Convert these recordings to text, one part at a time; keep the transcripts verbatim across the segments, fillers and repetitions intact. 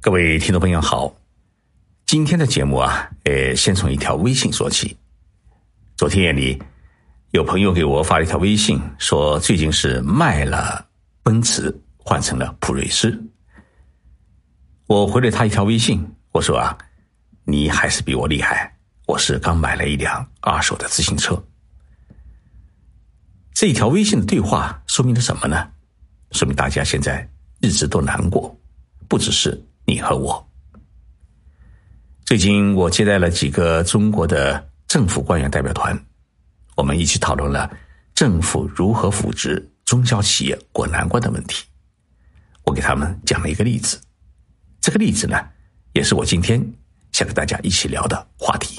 各位听众朋友好，今天的节目啊，呃，先从一条微信说起。昨天夜里，有朋友给我发了一条微信，说最近是卖了奔驰，换成了普锐斯。我回了他一条微信，我说啊，你还是比我厉害，我是刚买了一辆二手的自行车。这一条微信的对话说明了什么呢？说明大家现在日子都难过，不只是你和我。最近我接待了几个中国的政府官员代表团，我们一起讨论了政府如何扶植中小企业过难关的问题。我给他们讲了一个例子，这个例子呢，也是我今天想跟大家一起聊的话题。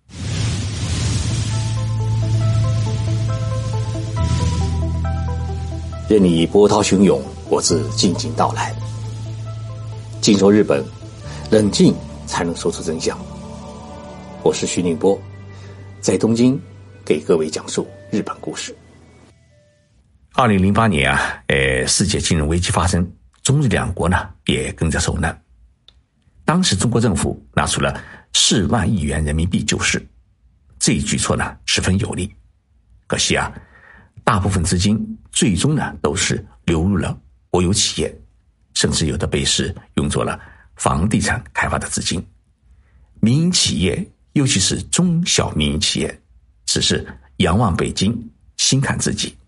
任你波涛汹涌，我自静静到来。静说日本，冷静才能说出真相。我是徐宁波，在东京给各位讲述日本故事。二零零八年啊，呃，世界金融危机发生，中日两国呢也跟着受难。当时中国政府拿出了四万亿元人民币救市，这一举措呢十分有利。可惜啊，大部分资金最终呢都是流入了国有企业，甚至有的被是用作了房地产开发的资金。民营企业，尤其是中小民营企业，只是仰望北京，心看自己。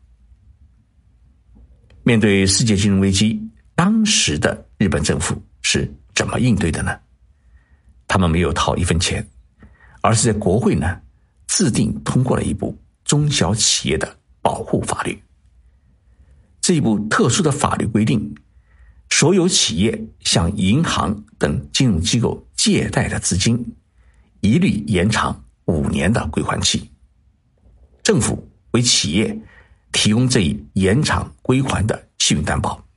面对世界金融危机，当时的日本政府是怎么应对的呢？他们没有掏一分钱，而是在国会呢制定通过了一部中小企业的保护法律。这一部特殊的法律规定，所有企业向银行等金融机构借贷的资金，一律延长五年的归还期。政府为企业提供这一延长归还的信用担保。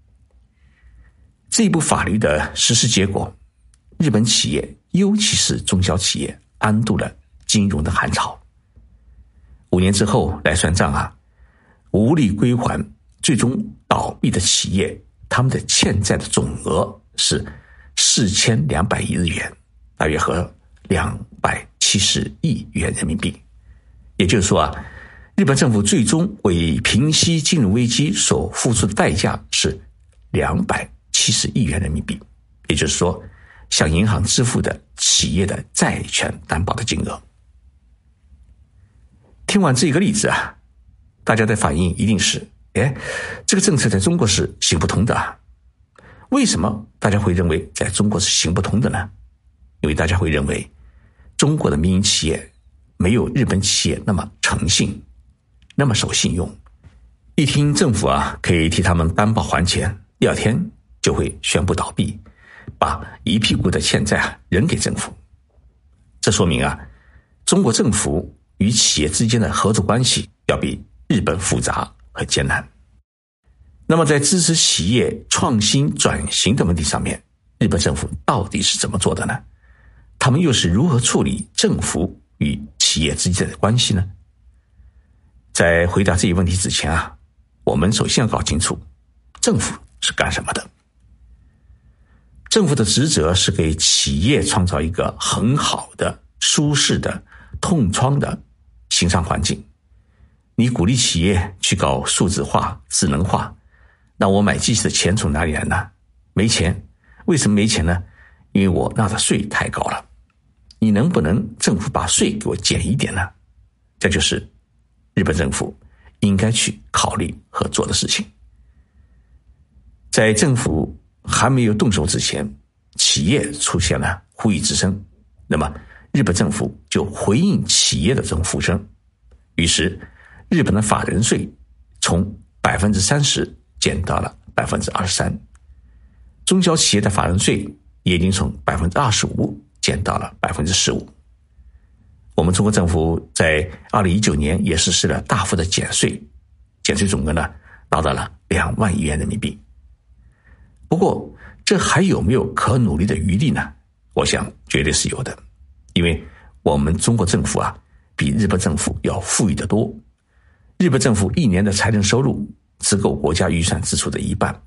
这一部法律的实施结果，日本企业，尤其是中小企业，安度了金融的寒潮。五年之后来算账啊，无力归还，最终倒闭的企业，他们的欠债的总额是四千两百亿日元，大约合两百七十亿元人民币。也就是说啊，日本政府最终为平息金融危机所付出的代价是两百七十亿元人民币，也就是说，向银行支付的企业的债权担保的金额。听完这个例子啊，大家的反应一定是，哎，这个政策在中国是行不通的啊。为什么大家会认为在中国是行不通的呢？因为大家会认为中国的民营企业没有日本企业那么诚信，那么守信用。一听政府啊可以替他们担保还钱，第二天就会宣布倒闭，把一屁股的欠债啊扔给政府。这说明啊，中国政府与企业之间的合作关系要比日本复杂和艰难。那么在支持企业创新转型的问题上面，日本政府到底是怎么做的呢？他们又是如何处理政府与企业之间的关系呢？在回答这一问题之前啊，我们首先要搞清楚政府是干什么的。政府的职责是给企业创造一个很好的、舒适的、通窗的营商环境。你鼓励企业去搞数字化、智能化，那我买机器的钱从哪里来呢？没钱。为什么没钱呢？因为我纳的税太高了。你能不能政府把税给我减一点呢？这就是日本政府应该去考虑和做的事情。在政府还没有动手之前，企业出现了呼吁之声，那么日本政府就回应企业的这种呼声。于是日本的法人税从 百分之三十 减到了 百分之二十三， 中小企业的法人税也已经从 百分之二十五 减到了 百分之十五。 我们中国政府在二零一九年也实施了大幅的减税，减税总额呢达到了两万亿元人民币。不过这还有没有可努力的余地呢？我想绝对是有的，因为我们中国政府啊比日本政府要富裕得多。日本政府一年的财政收入只够国家预算支出的一半，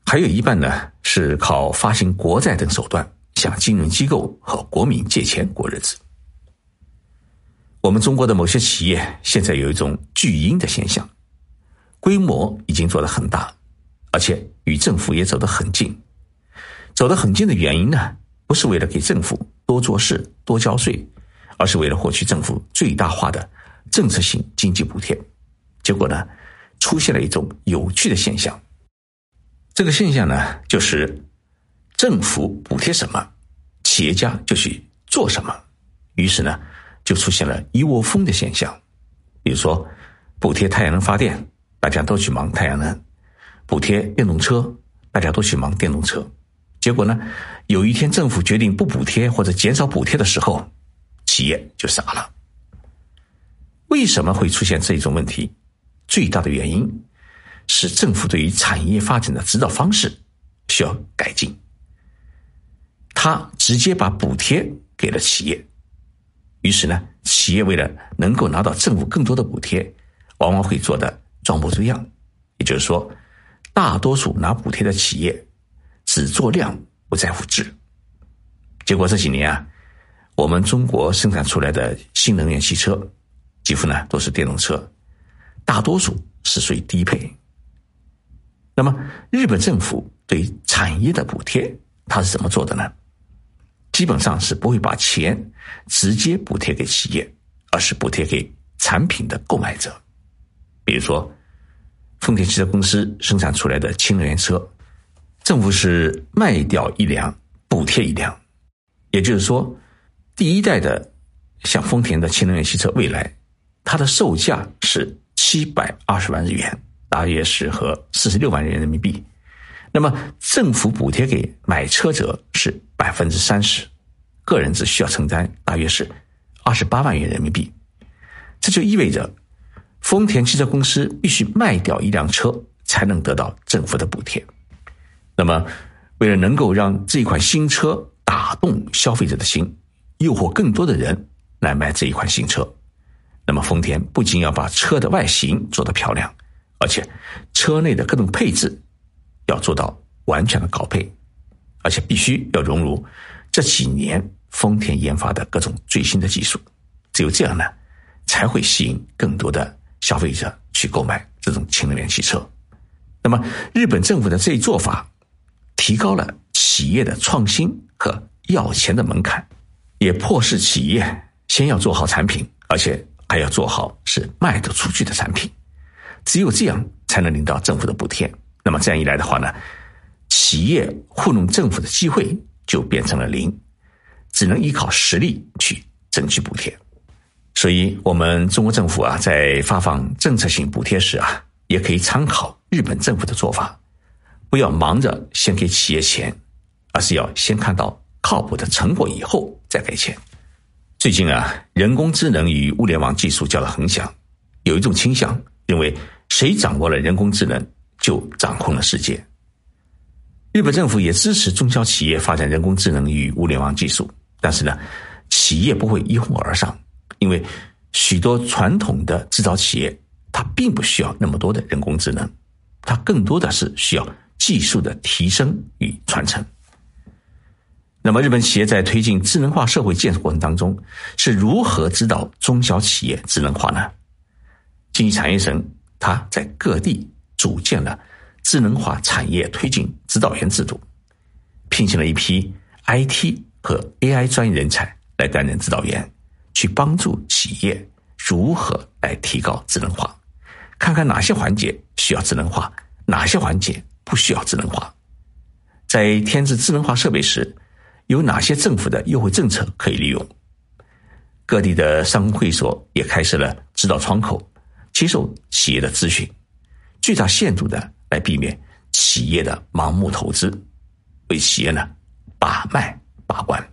还有一半呢是靠发行国债等手段向金融机构和国民借钱过日子。我们中国的某些企业现在有一种巨婴的现象，规模已经做得很大，而且与政府也走得很近。走得很近的原因呢，不是为了给政府多做事多交税，而是为了获取政府最大化的政策性经济补贴。结果呢，出现了一种有趣的现象。这个现象呢，就是政府补贴什么，企业家就去做什么。于是呢，就出现了一窝蜂的现象。比如说，补贴太阳能发电，大家都去忙太阳能；补贴电动车，大家都去忙电动车。结果呢，有一天政府决定不补贴或者减少补贴的时候，企业就傻了。为什么会出现这种问题？最大的原因是政府对于产业发展的指导方式需要改进。他直接把补贴给了企业，于是呢，企业为了能够拿到政府更多的补贴，往往会做的装模作样。也就是说，大多数拿补贴的企业只做量不在乎质。结果这几年啊，我们中国生产出来的新能源汽车几乎呢都是电动车，大多数是属于低配。那么日本政府对产业的补贴它是怎么做的呢？基本上是不会把钱直接补贴给企业，而是补贴给产品的购买者。比如说丰田汽车公司生产出来的氢能源车，政府是卖掉一辆补贴一辆。也就是说，第一代的像丰田的氢能源汽车蔚来，它的售价是七百二十万日元，大约是合四十六万元人民币。那么政府补贴给买车者是 百分之三十， 个人只需要承担大约是二十八万元人民币。这就意味着丰田汽车公司必须卖掉一辆车才能得到政府的补贴。那么为了能够让这一款新车打动消费者的心，诱惑更多的人来买这一款新车，那么丰田不仅要把车的外形做得漂亮，而且车内的各种配置要做到完全的高配，而且必须要融入这几年丰田研发的各种最新的技术。只有这样呢，才会吸引更多的消费者去购买这种氢能源汽车。那么日本政府的这一做法提高了企业的创新和要钱的门槛，也迫使企业先要做好产品，而且还要做好是卖得出去的产品。只有这样才能领到政府的补贴。那么这样一来的话呢，企业糊弄政府的机会就变成了零，只能依靠实力去争取补贴。所以我们中国政府啊，在发放政策性补贴时啊，也可以参考日本政府的做法，不要忙着先给企业钱，而是要先看到靠谱的成果以后再给钱。最近啊，人工智能与物联网技术叫得很响，有一种倾向认为谁掌握了人工智能就掌控了世界。日本政府也支持中小企业发展人工智能与物联网技术，但是呢，企业不会一哄而上，因为许多传统的制造企业它并不需要那么多的人工智能，它更多的是需要技术的提升与传承。那么日本企业在推进智能化社会建设过程当中是如何指导中小企业智能化呢？经济产业省它在各地组建了智能化产业推进指导员制度，聘请了一批 I T 和 A I 专业人才来担任指导员，去帮助企业如何来提高智能化，看看哪些环节需要智能化，哪些环节不需要智能化。在添置智能化设备时，有哪些政府的优惠政策可以利用？各地的商工会所也开设了指导窗口，接受企业的咨询，最大限度的来避免企业的盲目投资，为企业呢把脉把关。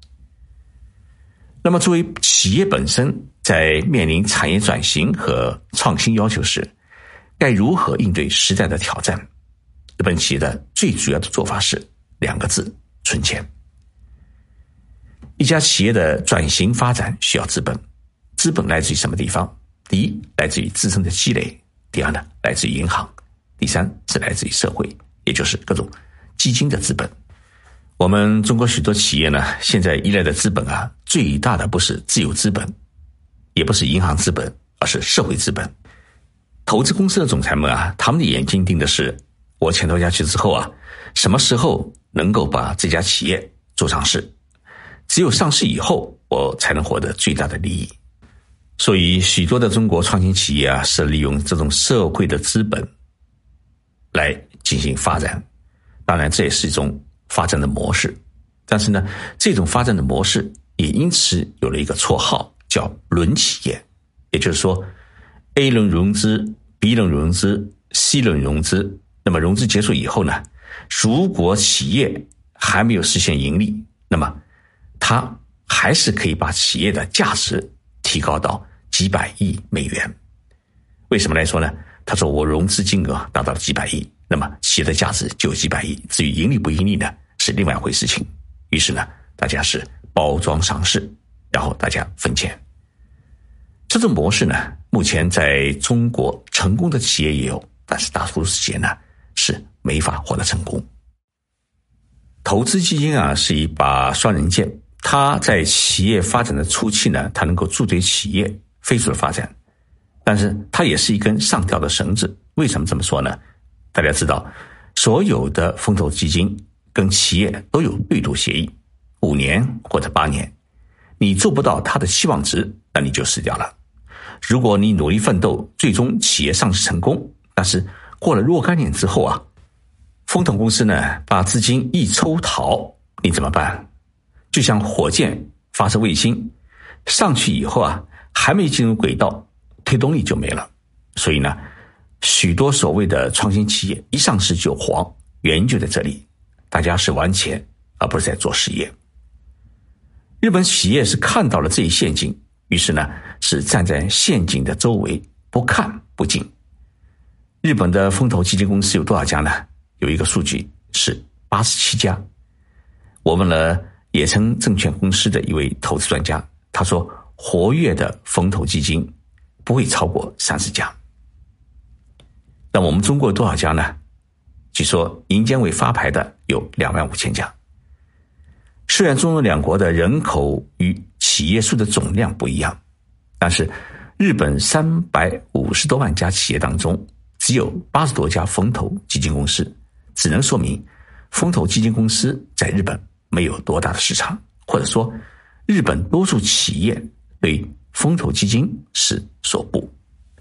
那么作为企业本身，在面临产业转型和创新要求时，该如何应对时代的挑战？日本企业的最主要的做法是两个字：存钱。一家企业的转型发展需要资本，资本来自于什么地方？第一，来自于自身的积累；第二呢，来自于银行；第三是来自于社会， 也就是各种基金的资本。我们中国许多企业呢，现在依赖的资本啊，最大的不是自有资本，也不是银行资本，而是社会资本。投资公司的总裁们啊，他们的眼睛盯的是我钱投下去之后啊，什么时候能够把这家企业做上市，只有上市以后我才能获得最大的利益。所以许多的中国创新企业啊，是利用这种社会的资本来进行发展。当然这也是一种发展的模式，但是呢，这种发展的模式也因此有了一个绰号，叫轮企业。也就是说 A 轮融资， B 轮融资， C 轮融资，那么融资结束以后呢，如果企业还没有实现盈利，那么它还是可以把企业的价值提高到几百亿美元。为什么来说呢？他说我融资金额达到了几百亿，那么企业的价值就有几百亿，至于盈利不盈利呢，是另外一回事情。于是呢，大家是包装上市，然后大家分钱。这种模式呢，目前在中国成功的企业也有，但是大多数企业呢是没法获得成功。投资基金啊是一把双刃剑，它在企业发展的初期呢，它能够助推企业飞速的发展，但是它也是一根上吊的绳子。为什么这么说呢？大家知道，所有的风投基金跟企业都有对赌协议，五年或者八年，你做不到它的期望值，那你就死掉了。如果你努力奋斗，最终企业上市成功，但是过了若干年之后啊，风投公司呢把资金一抽逃，你怎么办？就像火箭发射卫星，上去以后啊，还没进入轨道，推动力就没了。所以呢，许多所谓的创新企业一上市就黄，原因就在这里，大家是玩钱而不是在做实业。日本企业是看到了这一陷阱，于是呢是站在陷阱的周围，不看不进。日本的风投基金公司有多少家呢？有一个数据是八十七家。我问了野村证券公司的一位投资专家，他说活跃的风投基金不会超过三十家。那我们中国有多少家呢？据说银监会发牌的有两万五千家。虽然中日两国的人口与企业数的总量不一样，但是日本三百五十多万家企业当中，只有八十多家风投基金公司，只能说明风投基金公司在日本没有多大的市场，或者说日本多数企业对风投基金是所不。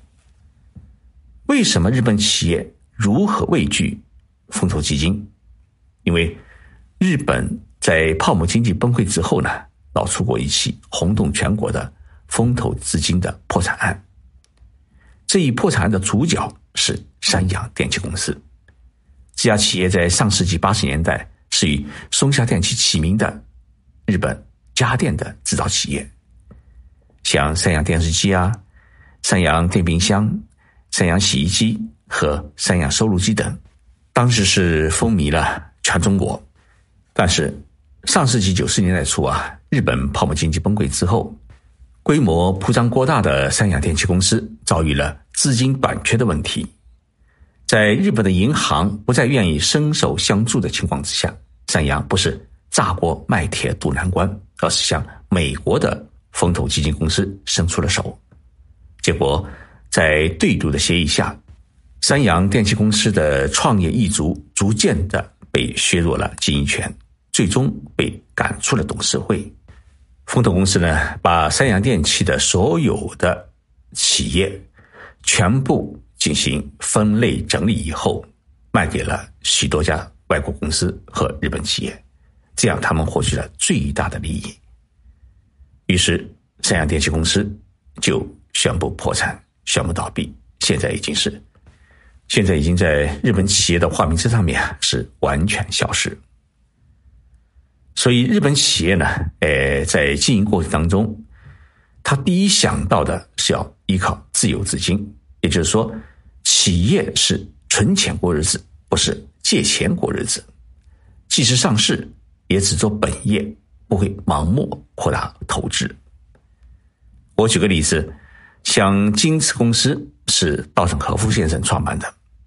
为什么日本企业如何畏惧风投基金？因为日本在泡沫经济崩溃之后呢，闹出过一起轰动全国的风投资金的破产案。这一破产案的主角是三洋电气公司。这家企业在上世纪八十年代是与松下电器齐名的日本家电的制造企业，像三洋电视机啊、三洋电冰箱、三洋洗衣机和三洋收录机等，当时是风靡了全中国。但是上世纪九十年代初啊，日本泡沫经济崩溃之后，规模铺张过大的三洋电气公司遭遇了资金短缺的问题。在日本的银行不再愿意伸手相助的情况之下，三洋不是炸锅卖铁渡难关，而是向美国的风投基金公司伸出了手。结果在对赌的协议下，三洋电气公司的创业一族逐渐的被削弱了经营权，最终被赶出了董事会。风投公司呢，把三洋电气的所有的企业全部进行分类整理以后，卖给了许多家外国公司和日本企业，这样他们获取了最大的利益。于是三洋电气公司就宣布破产，宣布倒闭，现在已经是现在已经在日本企业的话名册上面是完全消失。所以日本企业呢，呃，在经营过程当中，他第一想到的是要依靠自有资金，也就是说，企业是存钱过日子，不是借钱过日子。即使上市，也只做本业，不会盲目扩大投资。我举个例子，像京瓷公司是稻盛和夫先生创办的，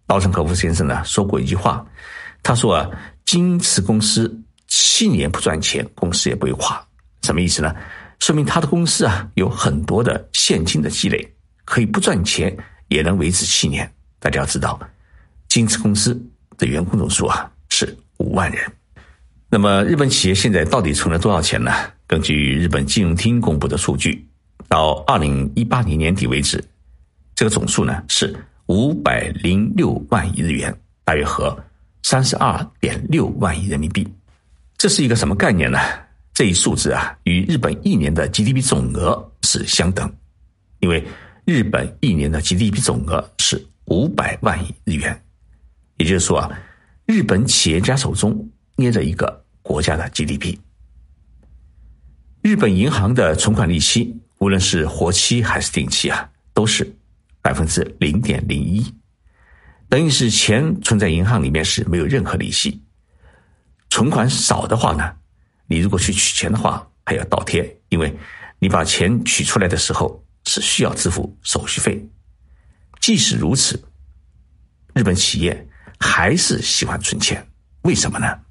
稻盛和夫先生呢说过一句话，他说啊，京瓷公司七年不赚钱，公司也不会垮。什么意思呢？说明他的公司啊有很多的现金的积累，可以不赚钱也能维持七年。大家要知道，京瓷公司的员工总数啊是五万人。那么日本企业现在到底存了多少钱呢？根据日本金融厅公布的数据，到二零一八年年底为止，这个总数呢是五百零六万亿日元，大约合三十二点六万亿人民币。这是一个什么概念呢？这一数字啊，与日本一年的 G D P 总额是相等，因为日本一年的 G D P 总额是五百万亿日元，也就是说啊，日本企业家手中捏着一个国家的 G D P。日本银行的存款利息，无论是活期还是定期啊，都是百分之零点零一，等于是钱存在银行里面是没有任何利息。存款少的话呢，你如果去取钱的话还要倒贴，因为你把钱取出来的时候是需要支付手续费。即使如此，日本企业还是喜欢存钱，为什么呢？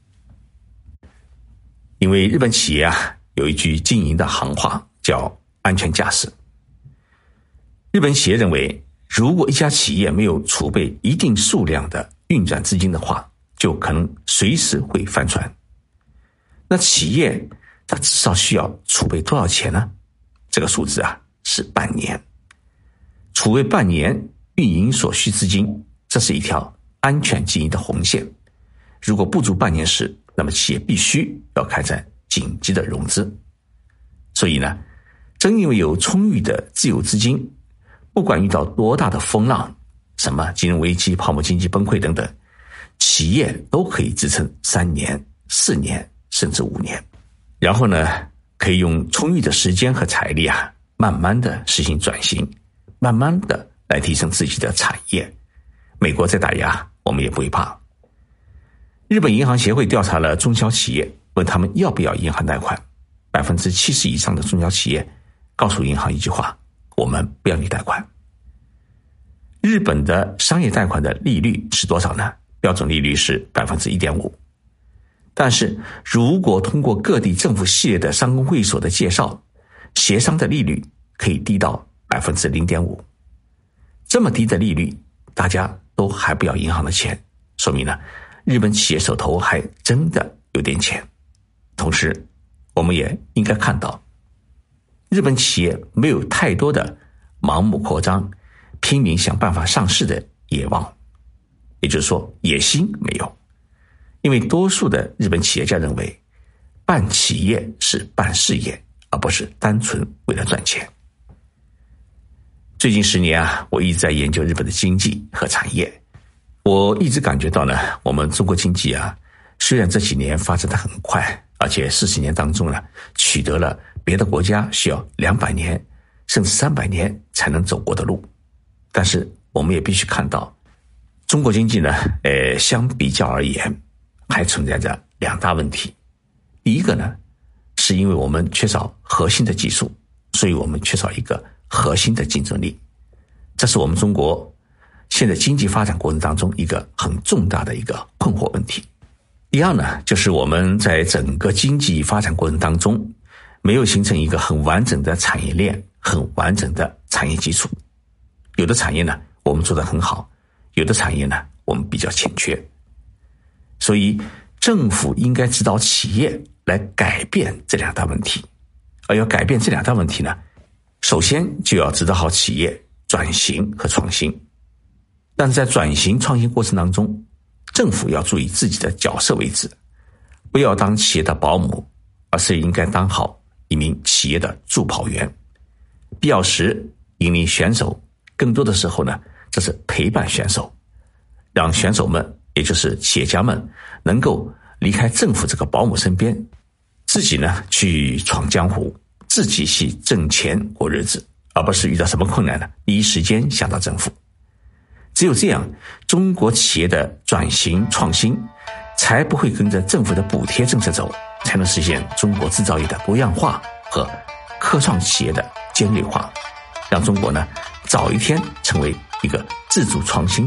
因为日本企业啊有一句经营的行话叫安全驾驶。日本企业认为，如果一家企业没有储备一定数量的运转资金的话，就可能随时会翻船。那企业它至少需要储备多少钱呢？这个数字啊是半年。储备半年运营所需资金，这是一条安全经营的红线。如果不足半年时，那么企业必须要开展紧急的融资。所以呢，正因为有充裕的自有资金，不管遇到多大的风浪，什么金融危机、泡沫经济崩溃等等，企业都可以支撑三年、四年甚至五年。然后呢，可以用充裕的时间和财力啊，慢慢的实行转型，慢慢的来提升自己的产业。美国在打压，我们也不会怕。日本银行协会调查了中小企业，问他们要不要银行贷款， 百分之七十 以上的中小企业告诉银行一句话：我们不要你贷款。日本的商业贷款的利率是多少呢？标准利率是 百分之一点五。 但是如果通过各地政府系列的商工会所的介绍，协商的利率可以低到 百分之零点五。 这么低的利率，大家都还不要银行的钱，说明呢，日本企业手头还真的有点钱。同时我们也应该看到，日本企业没有太多的盲目扩张、拼命想办法上市的野望，也就是说野心没有。因为多数的日本企业家认为，办企业是办事业，而不是单纯为了赚钱。最近十年啊，我一直在研究日本的经济和产业。我一直感觉到呢，我们中国经济啊，虽然这几年发展得很快，而且四十年当中呢，取得了别的国家需要两百年甚至三百年才能走过的路，但是我们也必须看到，中国经济呢，呃，相比较而言，还存在着两大问题。第一个呢，是因为我们缺少核心的技术，所以我们缺少一个核心的竞争力，这是我们中国现在经济发展过程当中一个很重大的一个困惑问题。第二呢，就是我们在整个经济发展过程当中，没有形成一个很完整的产业链，很完整的产业基础。有的产业呢，我们做得很好，有的产业呢，我们比较欠缺。所以政府应该指导企业来改变这两大问题。而要改变这两大问题呢，首先就要指导好企业转型和创新。但是在转型创新过程当中，政府要注意自己的角色位置，不要当企业的保姆，而是应该当好一名企业的助跑员。必要时引领选手，更多的时候呢，这是陪伴选手，让选手们也就是企业家们能够离开政府这个保姆身边，自己呢去闯江湖，自己去挣钱过日子，而不是遇到什么困难呢，第一时间想到政府。只有这样，中国企业的转型创新才不会跟着政府的补贴政策走，才能实现中国制造业的多样化和科创企业的尖锐化，让中国呢早一天成为一个自主创新的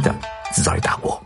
制造一大国。